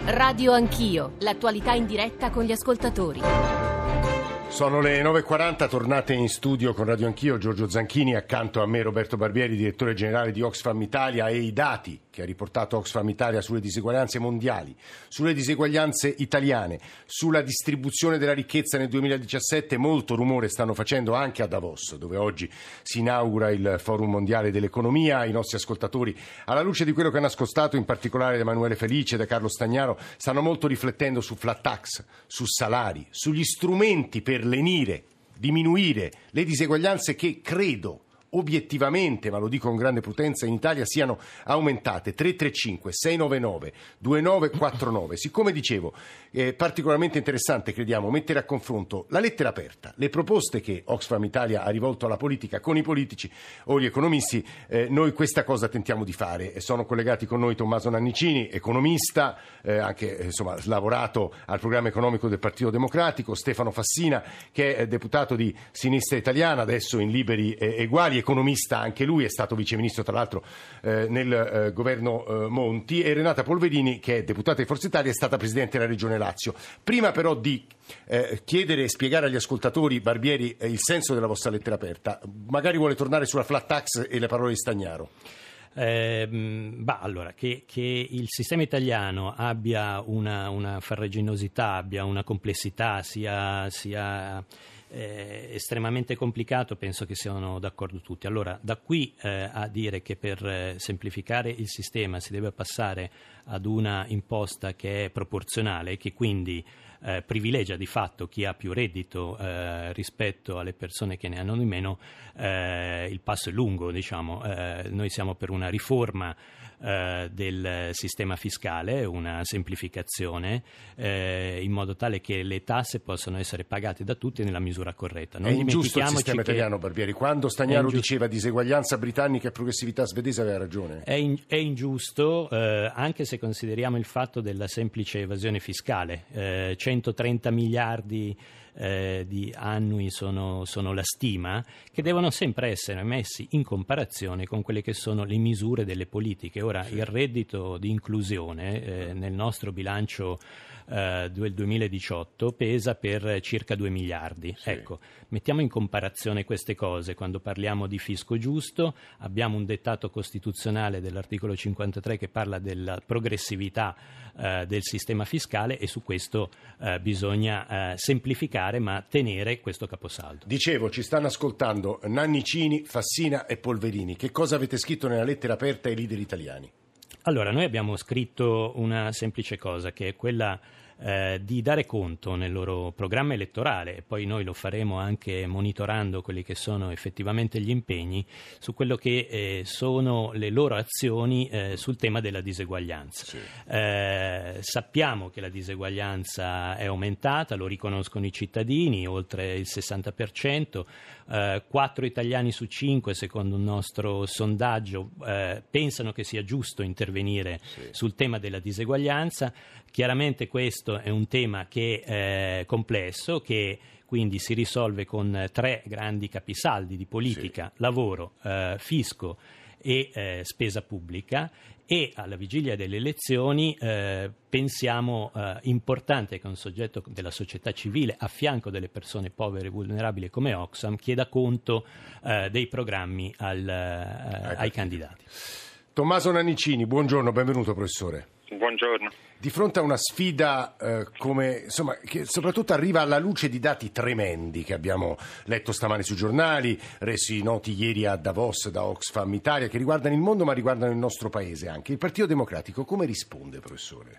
Radio Anch'io, l'attualità in diretta con gli ascoltatori. Sono le 9.40, tornate in studio con Radio Anch'io, Giorgio Zanchini, accanto a me Roberto Barbieri, direttore generale di Oxfam Italia, e i dati che ha riportato Oxfam Italia sulle diseguaglianze mondiali, sulle diseguaglianze italiane, sulla distribuzione della ricchezza nel 2017, molto rumore stanno facendo anche a Davos, dove oggi si inaugura il Forum Mondiale dell'Economia. I nostri ascoltatori, alla luce di quello che hanno ascoltato, in particolare da Emanuele Felice e da Carlo Stagnaro, stanno molto riflettendo su flat tax, su salari, sugli strumenti per lenire, diminuire le diseguaglianze che credo obiettivamente, ma lo dico con grande prudenza, in Italia siano aumentate. 335 699 2949. Siccome dicevo, è particolarmente interessante, crediamo, mettere a confronto la lettera aperta, le proposte che Oxfam Italia ha rivolto alla politica con i politici o gli economisti. Noi questa cosa tentiamo di fare. Sono collegati con noi Tommaso Nannicini, economista, anche lavorato al programma economico del Partito Democratico, Stefano Fassina, che è deputato di Sinistra Italiana, adesso in Liberi e Eguali, economista anche lui, è stato viceministro tra l'altro nel governo Monti, e Renata Polverini, che è deputata di Forza Italia, è stata presidente della Regione Lazio. Prima però di chiedere e spiegare agli ascoltatori, Barbieri, il senso della vostra lettera aperta, magari vuole tornare sulla flat tax e le parole di Stagnaro. Allora, che il sistema italiano abbia una farraginosità, abbia una complessità, sia estremamente complicato, penso che siano d'accordo tutti. Allora, da qui a dire che per semplificare il sistema si deve passare ad una imposta che è proporzionale e che quindi privilegia di fatto chi ha più reddito rispetto alle persone che ne hanno di meno, il passo è lungo, diciamo. Noi siamo per una riforma del sistema fiscale, una semplificazione, in modo tale che le tasse possano essere pagate da tutti nella misura corretta. Non è ingiusto il sistema italiano, Barbieri. Quando Stagnaro diceva diseguaglianza britannica e progressività svedese aveva ragione. È ingiusto, anche se consideriamo il fatto della semplice evasione fiscale. 130 miliardi di annui sono la stima, che devono sempre essere messi in comparazione con quelle che sono le misure delle politiche. Ora, il reddito di inclusione nel nostro bilancio del 2018 pesa per circa 2 miliardi. Sì. Ecco, mettiamo in comparazione queste cose. Quando parliamo di fisco giusto, abbiamo un dettato costituzionale dell'articolo 53 che parla della progressività del sistema fiscale, e su questo bisogna semplificare ma tenere questo caposaldo. Dicevo, ci stanno ascoltando Nannicini, Fassina e Polverini. Che cosa avete scritto nella lettera aperta ai leader italiani? Allora, noi abbiamo scritto una semplice cosa, che è quella di dare conto nel loro programma elettorale, e poi noi lo faremo anche monitorando quelli che sono effettivamente gli impegni, su quello che sono le loro azioni sul tema della diseguaglianza. Sì. Sappiamo che la diseguaglianza è aumentata, lo riconoscono i cittadini, oltre il 60%, 4 italiani su 5, secondo un nostro sondaggio, pensano che sia giusto intervenire sul tema della diseguaglianza. Chiaramente questo è un tema che è complesso, che quindi si risolve con 3 grandi capisaldi di politica: lavoro, fisco e spesa pubblica, e alla vigilia delle elezioni pensiamo importante che un soggetto della società civile, a fianco delle persone povere e vulnerabili come Oxfam, chieda conto dei programmi ai candidati. Tommaso Nannicini, buongiorno, benvenuto professore. Buongiorno. Di fronte a una sfida che soprattutto arriva alla luce di dati tremendi che abbiamo letto stamane sui giornali, resi noti ieri a Davos da Oxfam Italia, che riguardano il mondo ma riguardano il nostro paese anche. Il Partito Democratico come risponde, professore?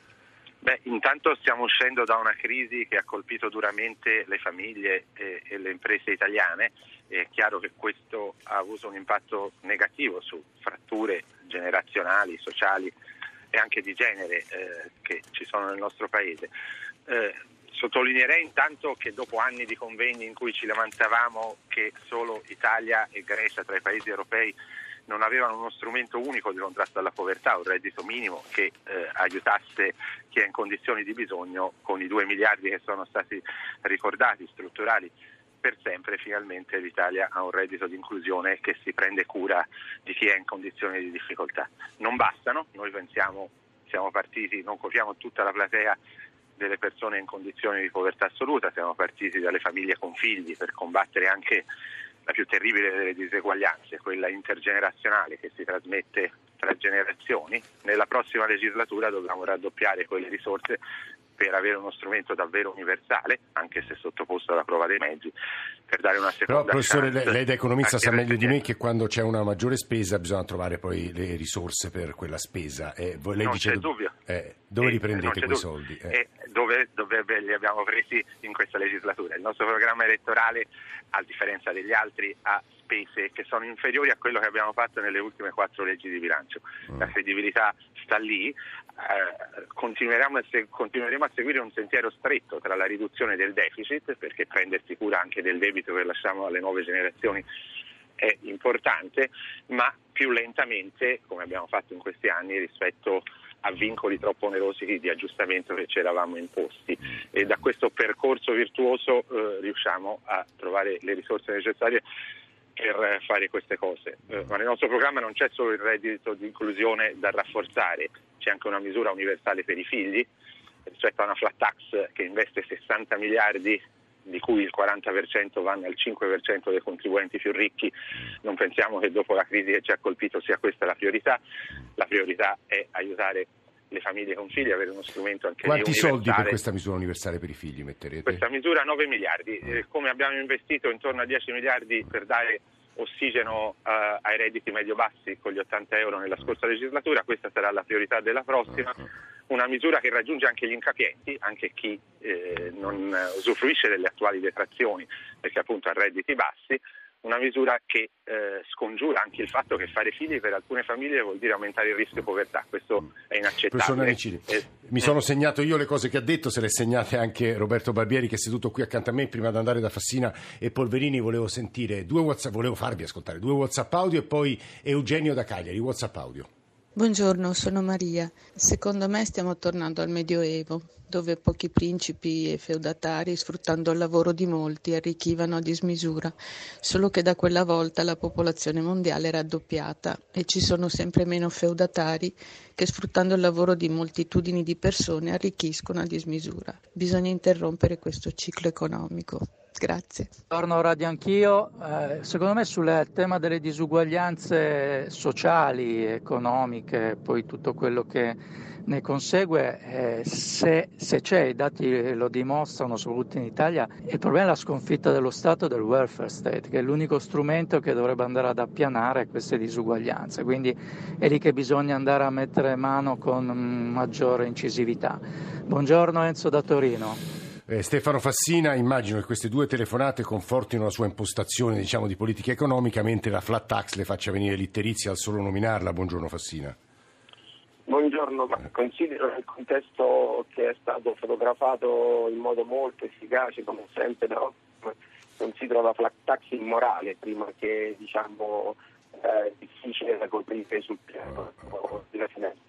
Intanto stiamo uscendo da una crisi che ha colpito duramente le famiglie e le imprese italiane. È chiaro che questo ha avuto un impatto negativo su fratture generazionali, sociali e anche di genere che ci sono nel nostro paese. Sottolineerei intanto che dopo anni di convegni in cui ci lamentavamo che solo Italia e Grecia tra i paesi europei non avevano uno strumento unico di contrasto alla povertà, un reddito minimo che aiutasse chi è in condizioni di bisogno, con i 2 miliardi che sono stati ricordati, strutturali, per sempre finalmente l'Italia ha un reddito di inclusione che si prende cura di chi è in condizioni di difficoltà. Non bastano, noi pensiamo siamo partiti, non copriamo tutta la platea delle persone in condizioni di povertà assoluta, siamo partiti dalle famiglie con figli per combattere anche la più terribile delle diseguaglianze, quella intergenerazionale che si trasmette tra generazioni. Nella prossima legislatura dobbiamo raddoppiare quelle risorse per avere uno strumento davvero universale, anche se sottoposto alla prova dei mezzi, per dare una seconda Però, professore, chance. lei da economista sa meglio di me che quando c'è una maggiore spesa bisogna trovare poi le risorse per quella spesa. Lei non dice, c'è dubbio. Dove riprendete quei soldi? Dove li abbiamo presi in questa legislatura? Il nostro programma elettorale, a differenza degli altri, ha spese che sono inferiori a quello che abbiamo fatto nelle ultime 4 leggi di bilancio. La credibilità sta lì. Continueremo a seguire un sentiero stretto tra la riduzione del deficit, perché prendersi cura anche del debito che lasciamo alle nuove generazioni è importante, ma più lentamente, come abbiamo fatto in questi anni, rispetto a vincoli troppo onerosi di aggiustamento che ci eravamo imposti. E da questo percorso virtuoso riusciamo a trovare le risorse necessarie per fare queste cose. Ma nel nostro programma non c'è solo il reddito di inclusione da rafforzare, c'è anche una misura universale per i figli rispetto a una flat tax che investe 60 miliardi, di cui il 40% vanno al 5% dei contribuenti più ricchi. Non pensiamo che dopo la crisi che ci ha colpito sia questa la priorità. La priorità è aiutare le famiglie con figli, avere uno strumento anche Quanti universale. soldi per questa misura universale per i figli metterete? Questa misura 9 miliardi, come abbiamo investito intorno a 10 miliardi per dare ossigeno ai redditi medio-bassi con gli 80 euro nella scorsa legislatura, questa sarà la priorità della prossima. Una misura che raggiunge anche gli incapienti, anche chi non usufruisce delle attuali detrazioni perché appunto ha redditi bassi. Una misura che scongiura anche il fatto che fare figli per alcune famiglie vuol dire aumentare il rischio povertà. Questo è inaccettabile. Mi sono segnato io le cose che ha detto, se le segnate anche Roberto Barbieri che è seduto qui accanto a me. Prima di andare da Fassina e Polverini volevo sentire volevo farvi ascoltare 2 WhatsApp audio e poi Eugenio da Cagliari, WhatsApp audio. Buongiorno, sono Maria. Secondo me stiamo tornando al Medioevo, dove pochi principi e feudatari, sfruttando il lavoro di molti, arricchivano a dismisura, solo che da quella volta la popolazione mondiale è raddoppiata e ci sono sempre meno feudatari che, sfruttando il lavoro di moltitudini di persone, arricchiscono a dismisura. Bisogna interrompere questo ciclo economico. Grazie. Torno Radio Anch'io. Secondo me sul tema delle disuguaglianze sociali, economiche, poi tutto quello che ne consegue, se c'è, i dati lo dimostrano soprattutto in Italia, il problema è la sconfitta dello Stato e del welfare state, che è l'unico strumento che dovrebbe andare ad appianare queste disuguaglianze, quindi è lì che bisogna andare a mettere mano con maggiore incisività. Buongiorno, Enzo da Torino. Stefano Fassina, immagino che queste 2 telefonate confortino la sua impostazione, di politica economica, mentre la flat tax le faccia venire l'itterizia al solo nominarla. Buongiorno Fassina. Buongiorno, ma considero nel contesto che è stato fotografato in modo molto efficace, come sempre, considero la flat tax immorale prima che difficile da coprire sul piano della finanza.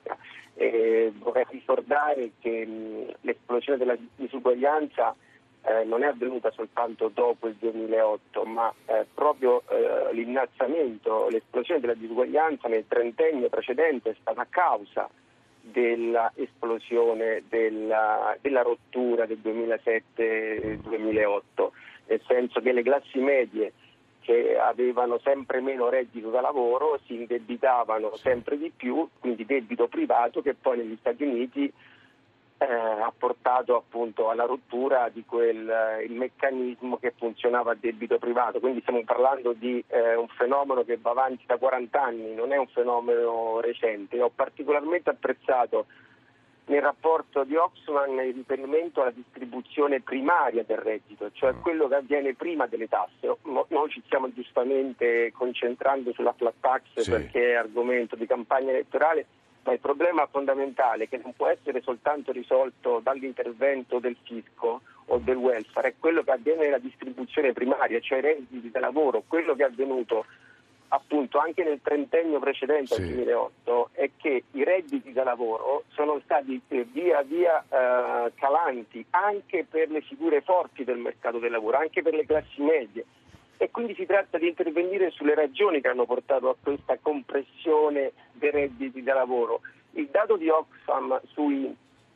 Vorrei ricordare che l'esplosione della disuguaglianza non è avvenuta soltanto dopo il 2008, ma proprio l'innalzamento, l'esplosione della disuguaglianza nel trentennio precedente è stata a causa dell'esplosione della rottura del 2007-2008, nel senso che le classi medie che avevano sempre meno reddito da lavoro si indebitavano sempre di più, quindi debito privato che poi negli Stati Uniti ha portato appunto alla rottura di il meccanismo che funzionava a debito privato. Quindi stiamo parlando di un fenomeno che va avanti da 40 anni, non è un fenomeno recente. Ho particolarmente apprezzato nel rapporto di Oxfam il riferimento alla distribuzione primaria del reddito, cioè quello che avviene prima delle tasse. Noi ci stiamo giustamente concentrando sulla flat tax perché è argomento di campagna elettorale, ma il problema fondamentale, che non può essere soltanto risolto dall'intervento del fisco o del welfare, è quello che avviene nella distribuzione primaria, cioè i redditi da lavoro. Quello che è avvenuto appunto anche nel trentennio precedente al 2008 è che i redditi da lavoro sono stati via via calanti anche per le figure forti del mercato del lavoro, anche per le classi medie, e quindi si tratta di intervenire sulle ragioni che hanno portato a questa compressione dei redditi da lavoro. Il dato di Oxfam sui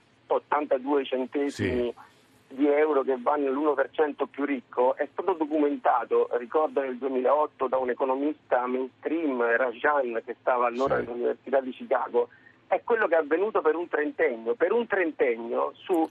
82 centesimi di euro che vanno all'1% più ricco è stato documentato, ricordo nel 2008, da un economista mainstream, Rajan, che stava allora all'Università di Chicago. È quello che è avvenuto per un trentennio. Per un trentennio su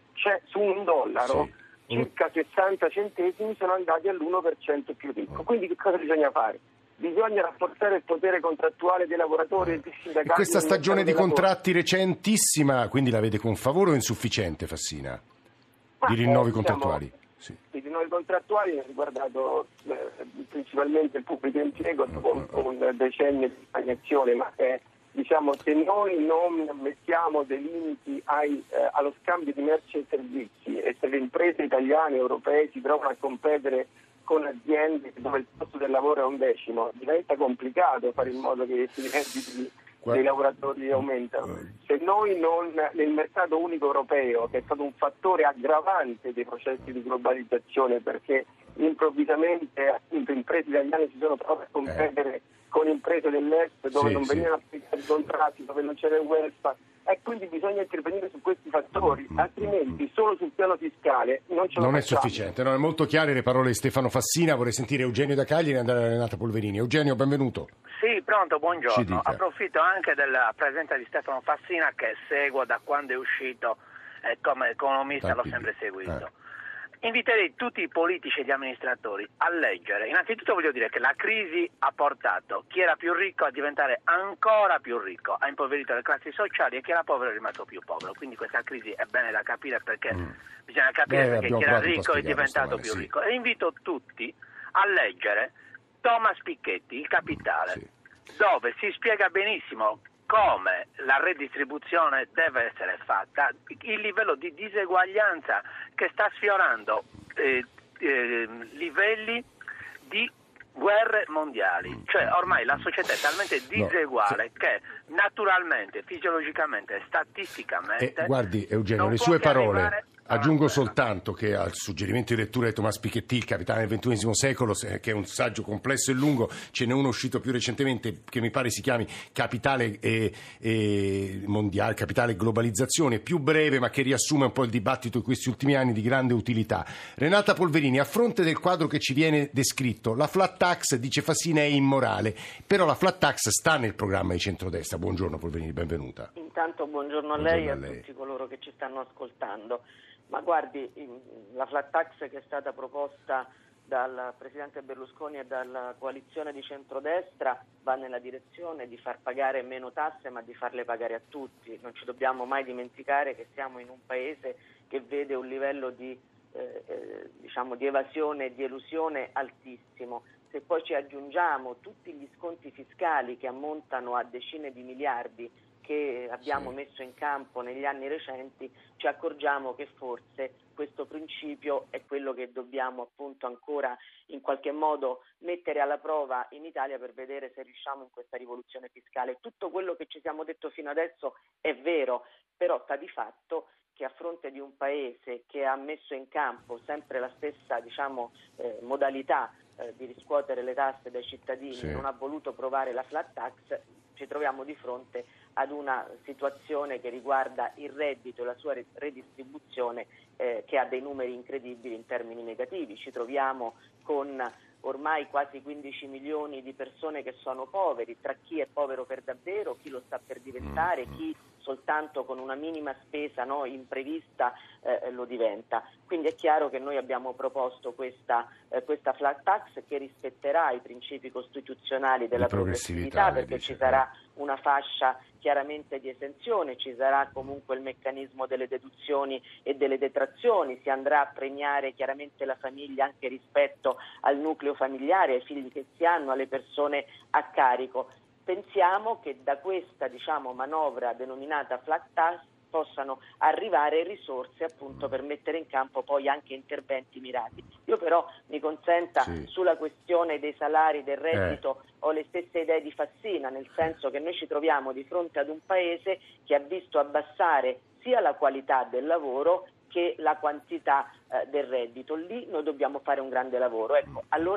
$1 circa 60 centesimi sono andati all'1% più ricco. Quindi che cosa bisogna fare? Bisogna rafforzare il potere contrattuale dei lavoratori e dei sindacati. E questa stagione di contratti recentissima, quindi la vede con favore o insufficiente, Fassina? Di rinnovi contrattuali? Sì. I rinnovi contrattuali hanno riguardato principalmente il pubblico impiego dopo un decennio di stagnazione, ma se noi non mettiamo dei limiti allo scambio di merci e servizi, e se le imprese italiane e europee si trovano a competere con aziende dove il costo del lavoro è un decimo, diventa complicato fare in modo che i redditi dei lavoratori aumentano. Se noi non, nel mercato unico europeo, che è stato un fattore aggravante dei processi di globalizzazione, perché improvvisamente appunto imprese italiane si sono trovate a competere con imprese dell'est dove non venivano applicati i contratti, dove non c'era il welfare, e quindi bisogna intervenire su questi fattori, altrimenti solo sul piano fiscale non ce lo non facciamo. È sufficiente, no, è molto chiare le parole di Stefano Fassina. Vorrei sentire Eugenio da Cagliari e andare a Renata Polverini. Eugenio, benvenuto. Sì, pronto, buongiorno. Approfitto anche della presenza di Stefano Fassina, che seguo da quando è uscito, come economista l'ho sempre seguito. Inviterei tutti i politici e gli amministratori a leggere. Innanzitutto voglio dire che la crisi ha portato chi era più ricco a diventare ancora più ricco, ha impoverito le classi sociali, e chi era povero è rimasto più povero. Quindi questa crisi è bene da capire, perché bisogna capire perché chi era ricco è diventato più ricco. E invito tutti a leggere Thomas Piketty, Il Capitale, dove si spiega benissimo come la redistribuzione deve essere fatta, il livello di diseguaglianza che sta sfiorando livelli di guerre mondiali. Cioè ormai la società è talmente diseguale che naturalmente, fisiologicamente, statisticamente... guardi Eugenio, le sue parole... Aggiungo soltanto che al suggerimento di lettura di Thomas Piketty, Il Capitale del XXI secolo, che è un saggio complesso e lungo, ce n'è uno uscito più recentemente che mi pare si chiami Capitale mondiale, Capitale e globalizzazione, più breve ma che riassume un po' il dibattito di questi ultimi anni di grande utilità. Renata Polverini, a fronte del quadro che ci viene descritto, la flat tax, dice Fassina, è immorale, però la flat tax sta nel programma di centrodestra. Buongiorno Polverini, benvenuta. Intanto buongiorno a lei e a tutti coloro che ci stanno ascoltando. Ma guardi, la flat tax che è stata proposta dal Presidente Berlusconi e dalla coalizione di centrodestra va nella direzione di far pagare meno tasse, ma di farle pagare a tutti. Non ci dobbiamo mai dimenticare che siamo in un paese che vede un livello di evasione e di elusione altissimo. Se poi ci aggiungiamo tutti gli sconti fiscali che ammontano a decine di miliardi che abbiamo messo in campo negli anni recenti, ci accorgiamo che forse questo principio è quello che dobbiamo appunto ancora in qualche modo mettere alla prova in Italia per vedere se riusciamo in questa rivoluzione fiscale. Tutto quello che ci siamo detto fino adesso è vero, però sta di fatto che a fronte di un paese che ha messo in campo sempre la stessa modalità di riscuotere le tasse dai cittadini, non ha voluto provare la flat tax, ci troviamo di fronte ad una situazione che riguarda il reddito e la sua redistribuzione che ha dei numeri incredibili in termini negativi. Ci troviamo con ormai quasi 15 milioni di persone che sono poveri, tra chi è povero per davvero, chi lo sta per diventare, chi soltanto con una minima spesa imprevista lo diventa. Quindi è chiaro che noi abbiamo proposto questa flat tax che rispetterà i principi costituzionali della progressività, perché ci sarà una fascia chiaramente di esenzione, ci sarà comunque il meccanismo delle deduzioni e delle detrazioni, si andrà a premiare chiaramente la famiglia anche rispetto al nucleo familiare, ai figli che si hanno, alle persone a carico. Pensiamo che da questa manovra denominata flat tax possano arrivare risorse appunto per mettere in campo poi anche interventi mirati. Io però mi consenta sulla questione dei salari, del reddito, ho le stesse idee di Fassina, nel senso che noi ci troviamo di fronte ad un paese che ha visto abbassare sia la qualità del lavoro che la quantità del reddito. Lì noi dobbiamo fare un grande lavoro. Ecco, allora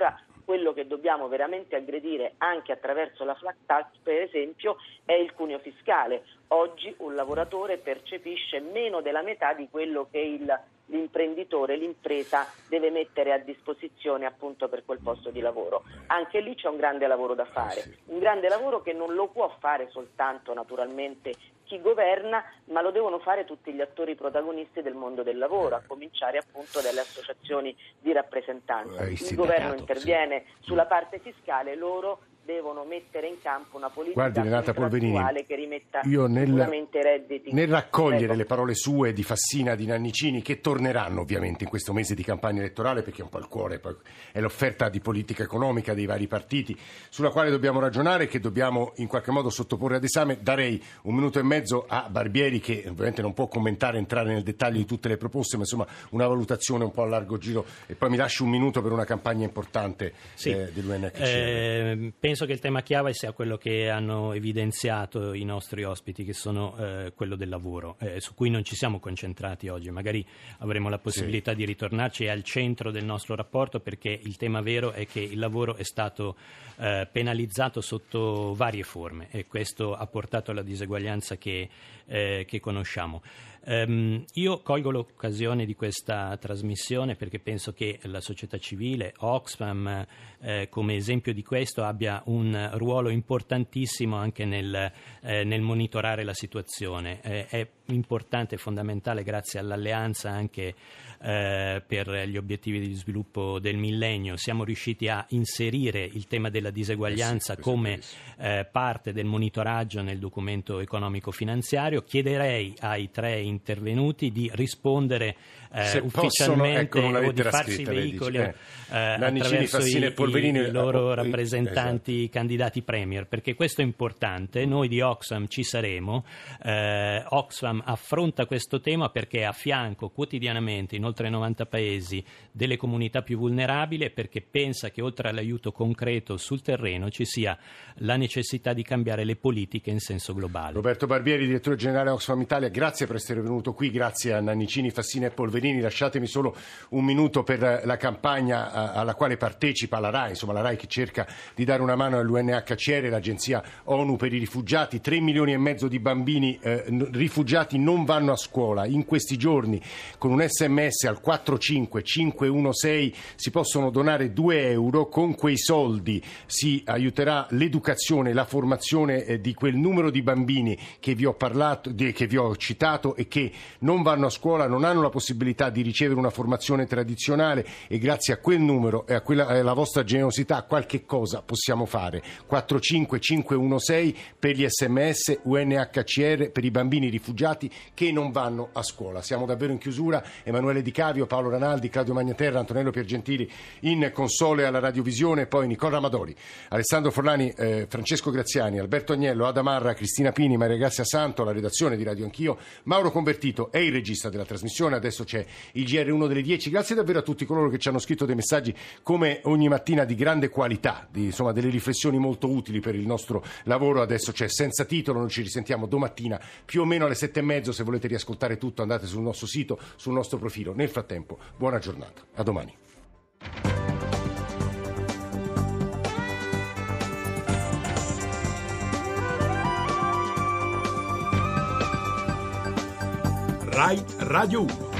quello che dobbiamo veramente aggredire anche attraverso la flat tax, per esempio, è il cuneo fiscale. Oggi un lavoratore percepisce meno della metà di quello che l'imprenditore, l'impresa deve mettere a disposizione appunto per quel posto di lavoro. Anche lì c'è un grande lavoro da fare, un grande lavoro che non lo può fare soltanto naturalmente chi governa, ma lo devono fare tutti gli attori protagonisti del mondo del lavoro, a cominciare appunto dalle associazioni di rappresentanza. Il governo interviene sulla parte fiscale, loro devono mettere in campo una politica contrattuale che rimetta sicuramente i redditi. Nel raccogliere le parole sue di Fassina, di Nannicini, che torneranno ovviamente in questo mese di campagna elettorale, perché è un po' il cuore, poi è l'offerta di politica economica dei vari partiti, sulla quale dobbiamo ragionare, che dobbiamo in qualche modo sottoporre ad esame. Darei 1 minuto e mezzo a Barbieri, che ovviamente non può commentare, entrare nel dettaglio di tutte le proposte, ma insomma una un po' a largo giro, e poi mi lasci 1 minuto per una campagna importante dell'UNHCR. Penso che il tema chiave sia quello che hanno evidenziato i nostri ospiti, che sono quello del lavoro, su cui non ci siamo concentrati oggi. Magari avremo la possibilità di ritornarci, è al centro del nostro rapporto, perché il tema vero è che il lavoro è stato penalizzato sotto varie forme, e questo ha portato alla diseguaglianza che conosciamo. Io colgo l'occasione di questa trasmissione perché penso che la società civile, Oxfam, come esempio di questo, abbia un ruolo importantissimo anche nel monitorare la situazione. È importante e fondamentale, grazie all'alleanza anche per gli obiettivi di sviluppo del millennio, siamo riusciti a inserire il tema della diseguaglianza come parte del monitoraggio nel documento economico-finanziario. Chiederei ai 3 intervenuti di rispondere ufficialmente o di farsi veicoli attraverso i loro rappresentanti, candidati premier, perché questo è importante. Noi di Oxfam ci saremo. Oxfam affronta questo tema perché a fianco quotidianamente in oltre 90 paesi delle comunità più vulnerabili, perché pensa che oltre all'aiuto concreto sul terreno ci sia la necessità di cambiare le politiche in senso globale. Roberto Barbieri, direttore generale Oxfam Italia, grazie per essere venuto qui, grazie a Nannicini, Fassina e Polverini. Lasciatemi solo 1 minuto per la campagna alla quale partecipa la RAI, insomma la RAI che cerca di dare una mano all'UNHCR, l'agenzia ONU per i rifugiati. 3,5 milioni di bambini rifugiati non vanno a scuola. In questi giorni con un SMS al 45516 si possono donare 2 euro. Con quei soldi si aiuterà l'educazione, la formazione di quel numero di bambini che vi ho parlato, che vi ho citato, e che non vanno a scuola, non hanno la possibilità di ricevere una formazione tradizionale, e grazie a quel numero e alla vostra generosità qualche cosa possiamo fare. 45516 per gli SMS UNHCR per i bambini rifugiati che non vanno a scuola. Siamo davvero in chiusura. Emanuele Di Cavio, Paolo Ranaldi, Claudio Magnaterra, Antonello Piergentili in console alla radiovisione, poi Nicola Amadori, Alessandro Forlani, Francesco Graziani, Alberto Agnello, Ada Marra, Cristina Pini, Maria Grazia Santo, la redazione di Radio Anch'io. Mauro Convertito è il regista della trasmissione. Adesso c'è il GR1 delle 10. Grazie davvero a tutti coloro che ci hanno scritto dei messaggi come ogni mattina di grande qualità, insomma delle riflessioni molto utili per il nostro lavoro. Adesso c'è Senza Titolo, noi ci risentiamo domattina più o meno alle 7:30. Se volete riascoltare tutto andate sul nostro sito, sul nostro profilo. Nel frattempo buona giornata, a domani. RAI Radio 1.